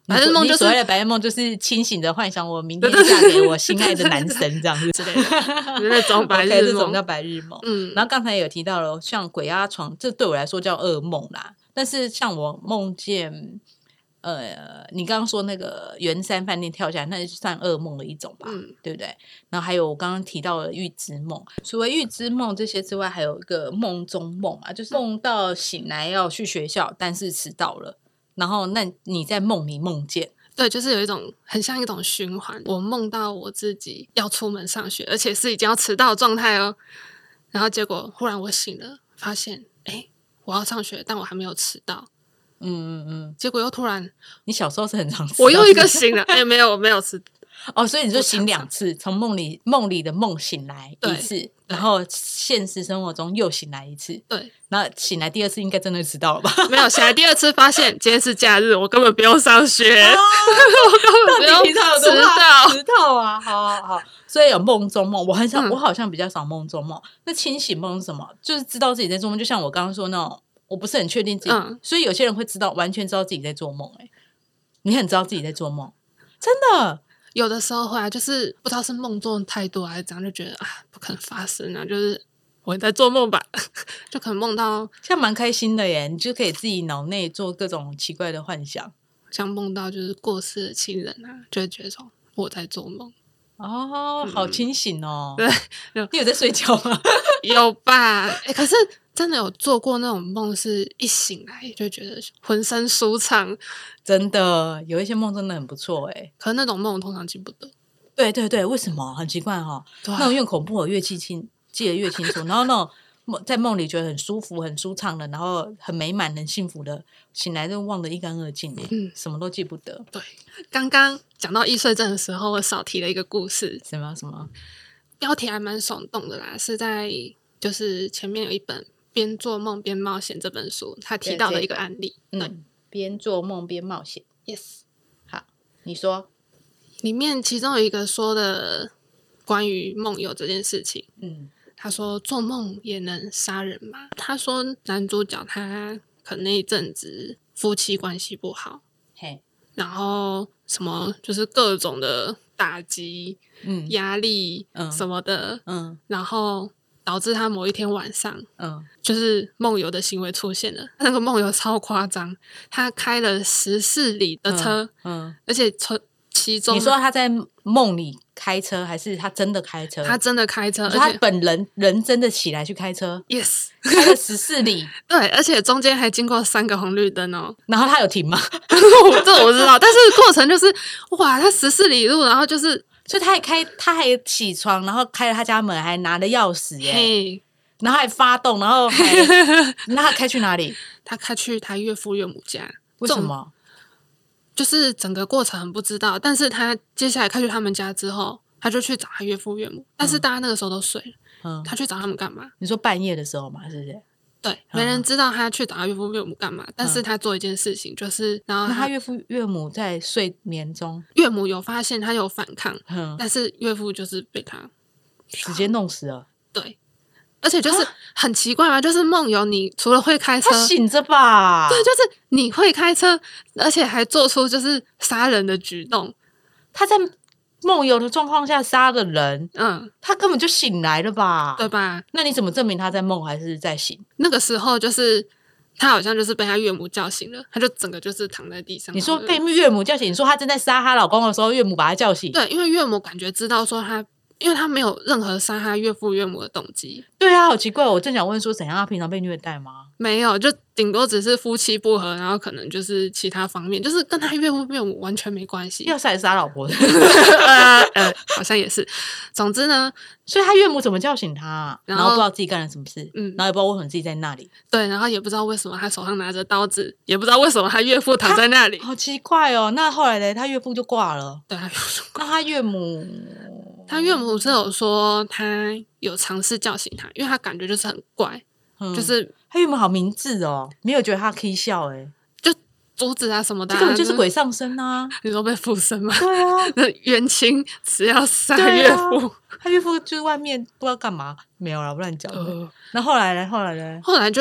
白日梦就是你所谓的白日梦，就是清醒的幻想我明天嫁给我心爱的男神这样子之类的，那种白日梦， 这种叫白日梦。然后刚才有提到了，像鬼压床，这对我来说叫噩梦啦。但是像我梦见，你刚刚说那个圆山饭店跳下来，那就算噩梦的一种吧，对不对？然后还有我刚刚提到的预知梦，除了预知梦这些之外，还有一个梦中梦啊，就是梦到醒来要去学校，但是迟到了，然后那你在梦里梦见。 对，就是有一种很像一种循环。我梦到我自己要出门上学，而且是已经要迟到的状态哦。然后结果忽然我醒了，发现我要上学，但我还没有迟到。结果又突然， 你小时候是很常迟到， 我又一个醒了，没有，我没有迟。 所以你就醒2次，从梦里的梦醒来一次，然后现实生活中又醒来一次。对，然后醒来第2次应该真的迟到了吧？ 没有，醒来第2次发现今天是假日，我根本不用上学，我根本不用迟到啊！好，所以有梦中梦，我好像比较少梦中梦。那清醒梦是什么？就是知道自己在做梦，就像我刚刚说那种，我不是很确定自己，所以有些人会完全知道自己在做梦。你很知道自己在做梦，真的。 有的时候会就是不知道是梦中太多还是怎样，就觉得不可能发生啊，就是我在做梦吧，就可能梦到， 这样蛮开心的耶，你就可以自己脑内做各种奇怪的幻想， 像梦到就是过世的亲人啊，就会觉得说我在做梦。 好清醒哦。 对， 你有在睡觉吗？ 有吧？可是真的有做过那种梦，是一醒来就觉得浑身舒畅。 真的有一些梦真的很不错可是那种梦我通常记不得。 对，为什么？很奇怪那种越恐怖我记得越清楚，然后那种在梦里觉得很舒服很舒畅的，然后很美满很幸福的，醒来就忘得一干二净什么都记不得。 对，刚刚讲到易碎症的时候，我少提了一个故事。 什么标题还蛮耸动的啦，是在就是前面有一本边做梦边冒险这本书，他提到的一个案例。 边做梦边冒险。 Yes。 好，你说里面其中有一个说的关于梦游这件事情。他说做梦也能杀人吗？他说男主角他可能那一阵子夫妻关系不好，然后什么就是各种的打击压力什么的然后导致他某一天晚上就是梦游的行为出现了。那个梦游超夸张，他开了14里的车而且其中你说他在梦里开车还是他真的开车？ 他真的开车，而且他本人真的起来去开车。 Yes， 开了14里对，而且中间还经过3个红绿灯然后他有停吗？ 这我知道，但是过程就是哇，他14里路，然后就是所以他还起床，然后开了他家门，还拿了钥匙然后还发动，然后那他开去哪里？ 他开去他岳父岳母家。 为什么？ 就是整个过程很不知道，但是他接下来开去他们家之后，他就去找他岳父岳母，但是大家那个时候都睡了他去找他们干嘛？ 你说半夜的时候嘛，是不是？ 对，没人知道他去找他岳父岳母干嘛，但是他做一件事情，就是然后那他岳父岳母在睡眠中， 岳母有发现他有反抗但是岳父就是被他直接弄死了。 对，而且就是很奇怪嘛，就是梦游你除了会开车， 他醒着吧？ 对，就是你会开车，而且还做出就是杀人的举动。 他在梦游的状况下杀了人他根本就醒来了吧？ 对吧？ 那你怎么证明他在梦还是在醒？ 那个时候就是他好像就是被他岳母叫醒了，他就整个就是躺在地上。 你说被岳母叫醒，你说他正在杀她老公的时候，岳母把他叫醒？ 对，因为岳母感觉知道说因为他没有任何杀他岳父岳母的动机。 对啊，好奇怪，我正想问说怎样，他平常被虐待吗？ 没有，就顶多只是夫妻不和，然后可能就是其他方面，就是跟他岳父岳母完全没关系。 要杀老婆的好像也是。总之呢， 所以他岳母怎么叫醒他然后不知道自己干了什么事然后也不知道为什么自己在那里。 对，然后也不知道为什么他手上拿着刀子，也不知道为什么他岳父躺在那里。 好奇怪哦。那后来呢？他岳父就挂了。 对， 那他岳母是有说他有尝试叫醒他，因为他感觉就是很怪就是他岳母好明智哦，没有觉得他可以笑就桌子啊什么的这根本就是鬼上身啊。 你说被附身吗？ 对啊， 那冤亲只要杀岳父他岳父就是外面不知道干嘛，没有啦，不乱讲那后来呢？ 后来就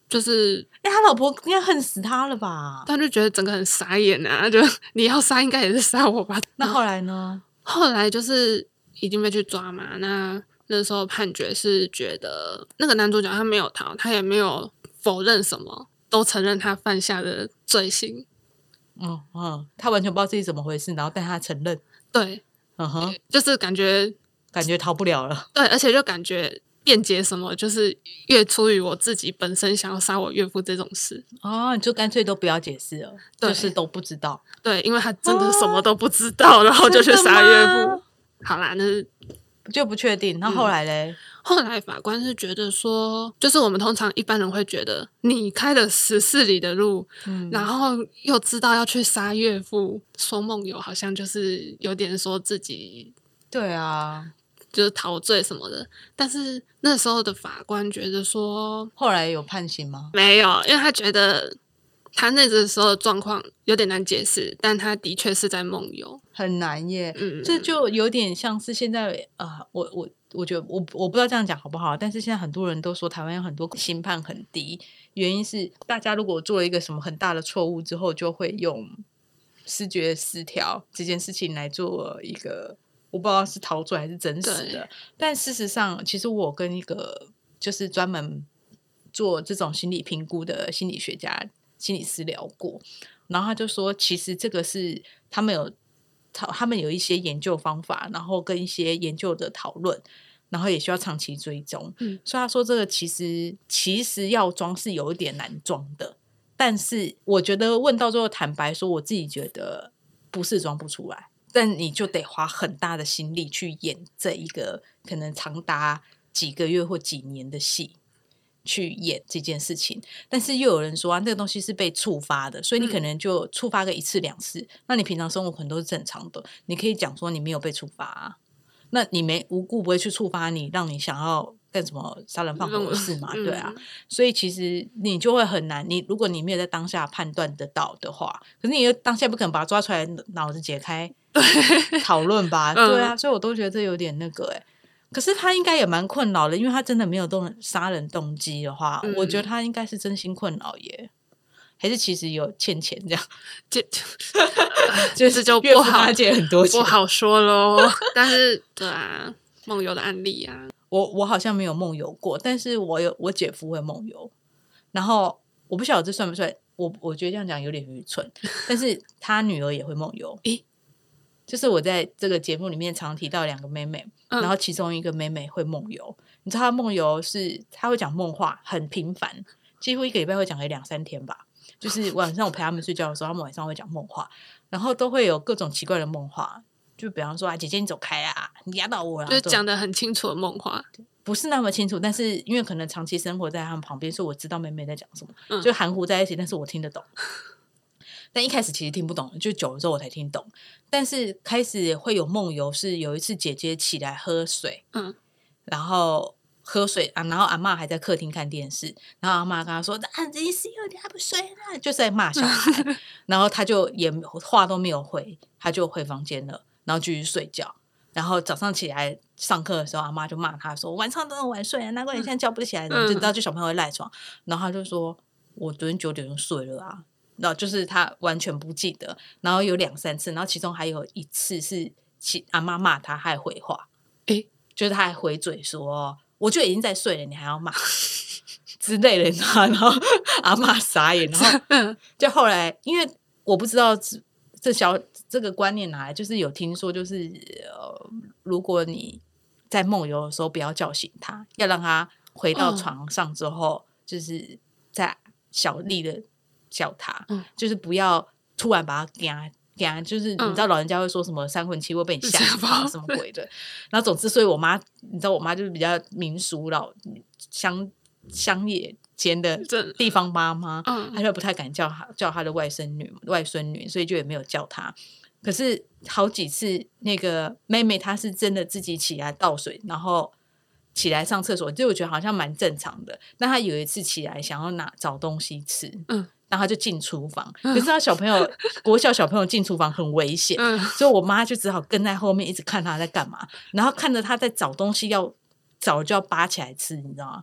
就是他老婆应该恨死他了吧？ 他就觉得整个很傻眼啊，就你要杀应该也是杀我吧。 那后来呢？ 后来就是已经被去抓嘛，那时候判决是觉得那个男主角他没有逃，他也没有否认什么，都承认他犯下的罪行。 他完全不知道自己怎么回事，然后但他承认。 对，就是感觉逃不了了。 对，而且就感觉辩解什么，就是越出于我自己本身想要杀我岳父这种事。 你就干脆都不要解释了，就是都不知道。 对，因为他真的什么都不知道，然后就去杀岳父。好啦，那就不确定。那后来嘞？ 后来法官是觉得说，就是我们通常一般人会觉得，你开了14里的路，然后又知道要去杀岳父，说梦游好像就是有点说自己对啊， 就是陶醉什么的。但是那时候的法官觉得说， 后来有判刑吗？ 没有，因为他觉得他那个时候的状况有点难解释，但他的确是在梦游， 很难耶。这就有点像是现在我觉得我不知道这样讲好不好，但是现在很多人都说台湾有很多刑判很低，原因是大家如果做了一个什么很大的错误之后，就会用思觉失调这件事情来做一个，我不知道是陶醉还是真实的。但事实上，其实我跟一个就是专门做这种心理评估的心理学家、心理师聊过，然后他就说，其实这个是他们有一些研究方法，然后跟一些研究的讨论，然后也需要长期追踪。所以他说这个其实要装是有一点难装的，但是我觉得问到最后，坦白说，我自己觉得不是装不出来，但你就得花很大的心力去演这一个可能长达几个月或几年的戏。去演这件事情，但是又有人说那个东西是被触发的，所以你可能就触发个1次2次，那你平常生活可能都是正常的，你可以讲说你没有被触发那你没无故不会去触发你，让你想要干什么杀人放火的事嘛？对啊，所以其实你就会很难，如果你没有在当下判断得到的话，可是你当下不可能把它抓出来脑子解开讨论吧？对啊，所以我都觉得这有点那个可是他应该也蛮困扰的，因为他真的没有杀人动机的话，我觉得他应该是真心困扰耶，还是其实有欠钱这样， 就是就不好借很多钱， 不好说咯。但是对啊，梦游的案例啊， 我好像没有梦游过，但是我姐夫会梦游，然后我不晓得这算不算，我觉得这样讲有点愚蠢，但是他女儿也会梦游。就是我在这个节目里面常提到2个妹妹，然后其中一个妹妹会梦游。你知道她梦游是她会讲梦话，很频繁，几乎1个礼拜会讲个2、3天吧。就是晚上我陪他们睡觉的时候，他们晚上会讲梦话，然后都会有各种奇怪的梦话，就比方说姐姐你走开啊，你压到我了， 就讲得很清楚的梦话， 不是那么清楚，但是因为可能长期生活在他们旁边，所以我知道妹妹在讲什么，就含糊在一起，但是我听得懂。但一开始其实听不懂，就久了之后我才听懂。但是开始会有梦游，是有一次姐姐起来喝水，然后喝水然后阿嬷还在客厅看电视，然后阿嬷跟她说：“你是有点不睡啦，就是在骂小孩。”然后她就也话都没有回，她就回房间了，然后继续睡觉。然后早上起来上课的时候，阿嬷就骂她说：“晚上都很晚睡啊，难怪你现在叫不起来的。”就知道就小朋友会赖床。然后她就说：“我昨天9点就睡了啊。”然后就是他完全不记得，然后有2、3次，然后其中还有一次是阿嬷骂他，还回话，就是他还回嘴说：“我就已经在睡了，你还要骂之类的。”然后阿嬷傻眼，然后就后来，因为我不知道这个观念哪来，就是有听说，就是如果你在梦游的时候，不要叫醒他，要让他回到床上之后，就是在小力的。叫他，就是不要突然把他给就是你知道老人家会说什么三魂七魄被你吓跑什么鬼的，然后总之，所以我妈，你知道我妈就是比较民俗乡野间的地方妈妈，她就不太敢叫她的外孙女，所以就也没有叫她。可是好几次那个妹妹她是真的自己起来倒水，然后起来上厕所，就我觉得好像蛮正常的。但她有一次起来想要找东西吃，然后他就进厨房，可是他国小小朋友进厨房很危险，所以我妈就只好跟在后面一直看他在干嘛，然后看着他在找东西，早就要扒起来吃，你知道吗？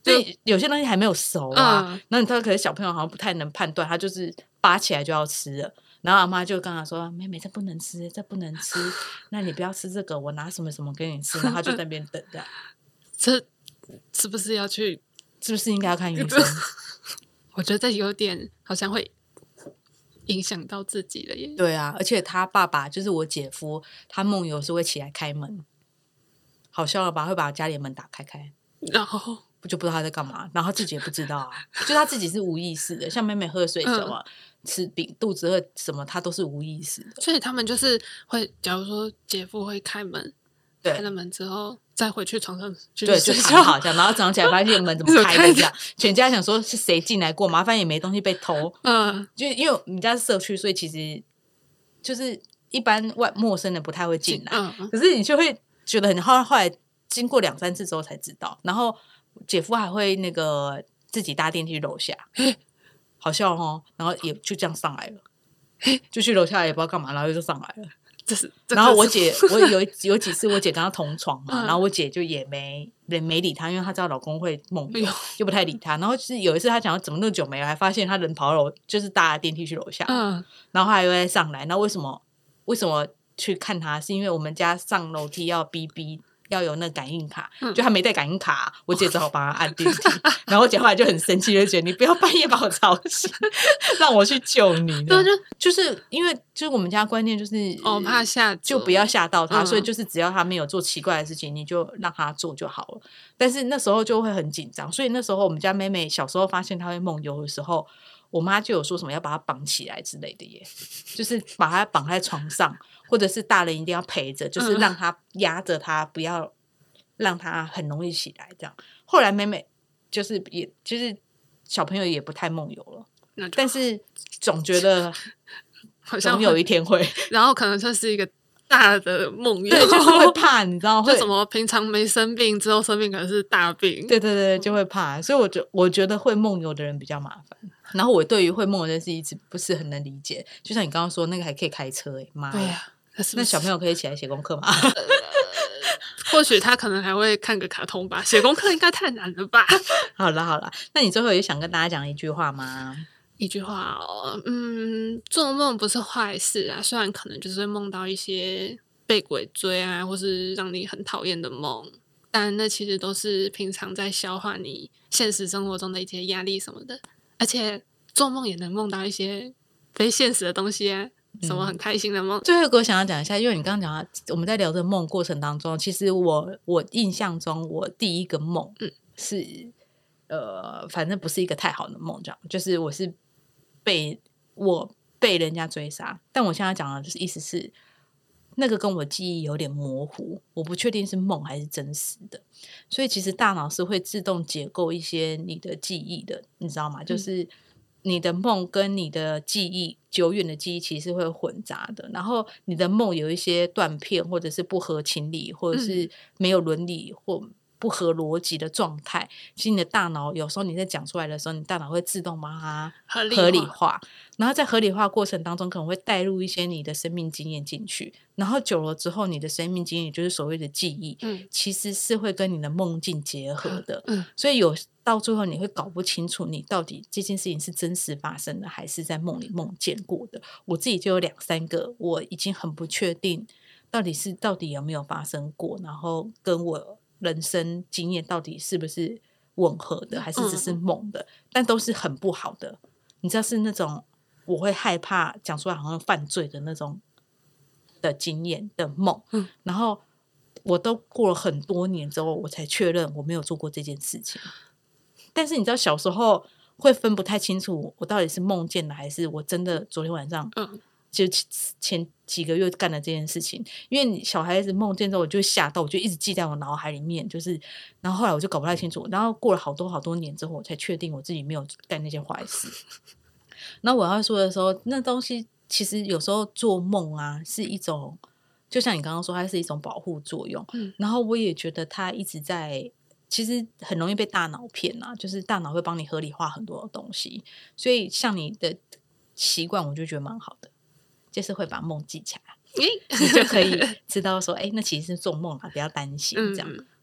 对，有些东西还没有熟啊，然后他可能小朋友好像不太能判断，他就是扒起来就要吃了。然后阿妈就跟他说：“妹妹，这不能吃，这不能吃。那你不要吃这个，我拿什么什么给你吃。”然后他就在那边等着。 这是不是要去？ 是不是应该要看医生？ 我觉得这有点好像会影响到自己了耶。 对啊，而且他爸爸就是我姐夫，他梦游是会起来开门，好笑了吧？会把家里的门打开， 然后就不知道他在干嘛，然后自己也不知道啊，就他自己是无意识的，像妹妹喝水饺啊。吃饼肚子饿什么，他都是无意识的。 所以他们就是会，假如说姐夫会开门，开了门之后再回去床上去对，就躺好这样，然后早上起来发现门怎么开的这样，全家想说是谁进来过，麻烦也没东西被偷。就因为我们家是社区，所以其实就是一般陌生的不太会进来，可是你就会觉得很后来经过2-3次之后才知道，然后姐夫还会那个自己搭电梯楼下。好笑哦，然后也就这样上来了，就去楼下也不知道干嘛，然后就上来了。然后我姐，我有几次我姐跟她同床嘛，然后我姐就也没理她，因为她知道老公会梦游，就不太理她。然后就是有一次她讲怎么那么久没有，还发现她人跑楼，就是搭电梯去楼下，然后她还会上来。那为什么去看她？是因为我们家上楼梯要逼。要有那感应卡，就他没带感应卡，我姐只好帮他按电梯。然后我姐后来就很生气，就觉得你不要半夜把我吵醒，让我去救你。就是因为就是我们家观念就是怕吓， 就不要吓到他，所以就是只要他没有做奇怪的事情，你就让他做就好了。但是那时候就会很紧张，所以那时候我们家妹妹小时候发现她会梦游的时候，我妈就有说什么要把她绑起来之类的耶，就是把她绑在床上。或者是大人一定要陪着，就是让他压着他，不要让他很容易起来这样。后来妹妹就是小朋友也不太梦游了，但是总觉得好像有一天会， 然后可能这是一个大的梦游， 对，就是会怕，你知道， 就什么平常没生病，之后生病可能是大病， 对，就会怕。所以我觉得会梦游的人比较麻烦。然后我对于会梦游的人是一直不是很能理解，就像你刚刚说那个还可以开车，妈呀！那小朋友可以起来写功课吗？ 或许他可能还会看个卡通吧，写功课应该太难了吧。 好了，那你最后也想跟大家讲一句话吗？ 一句话哦，做梦不是坏事啊，虽然可能就是会梦到一些被鬼追啊，或是让你很讨厌的梦，但那其实都是平常在消化你现实生活中的一些压力什么的，而且做梦也能梦到一些非现实的东西啊。什么很开心的梦？ 最后一个我想要讲一下，因为你刚刚讲到我们在聊这梦过程当中，其实我印象中我第一个梦是反正不是一个太好的梦，这样就是我是被人家追杀，但我现在讲的就是意思是那个跟我记忆有点模糊，我不确定是梦还是真实的，所以其实大脑是会自动解构一些你的记忆的，你知道吗？就是你的梦跟你的记忆久远的记忆其实会混杂的，然后你的梦有一些断片或者是不合情理或者是没有伦理或不合逻辑的状态，其实你的大脑有时候你在讲出来的时候，你大脑会自动把它合理化，然后在合理化过程当中可能会带入一些你的生命经验进去，然后久了之后你的生命经验就是所谓的记忆，其实是会跟你的梦境结合的，所以到最后你会搞不清楚你到底这件事情是真实发生的还是在梦里梦见过的。我自己就有2-3个我已经很不确定到底有没有发生过，然后跟我人生经验到底是不是吻合的还是只是梦的，但都是很不好的，你知道是那种我会害怕讲出来好像犯罪的那种的经验的梦，然后我都过了很多年之后我才确认我没有做过这件事情。但是你知道小时候会分不太清楚我到底是梦见的还是我真的昨天晚上就前几个月干的这件事情，因为你小孩子梦见之后我就吓到，我就一直记在我脑海里面，就是然后后来我就搞不太清楚，然后过了好多年之后我才确定我自己没有干那件坏事。那我要说的时候，那东西其实有时候做梦啊是一种，就像你刚刚说它是一种保护作用，然后我也觉得它一直在其实很容易被大脑骗啊，就是大脑会帮你合理化很多的东西，所以像你的习惯我就觉得蛮好的，就是会把梦记起来，你就可以知道说那其实是做梦啊，不要担心这样。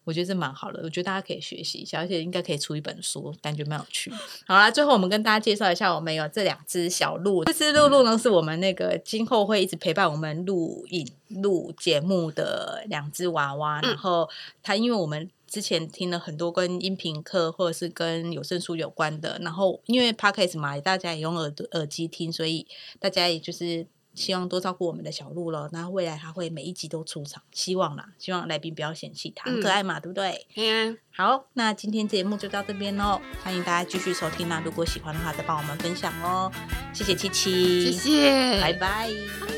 我觉得这蛮好的，我觉得大家可以学习一下，而且应该可以出一本书，感觉蛮有趣的。好啦，最后我们跟大家介绍一下，我们有这2只小鹿。这只露露呢，是我们那个今后会一直陪伴我们录节目的2只娃娃。然后它因为我们之前听了很多跟音频课或者是跟有声书有关的，然后因为 Podcast 嘛，大家也用耳机听，所以大家也就是希望多照顾我们的小鹿了。那未来它会每一集都出场，希望来宾不要嫌弃它，很可爱嘛，对不对？好，那今天节目就到这边咯，欢迎大家继续收听。那如果喜欢的话，再帮我们分享哦。谢谢七七， 谢谢， 拜拜。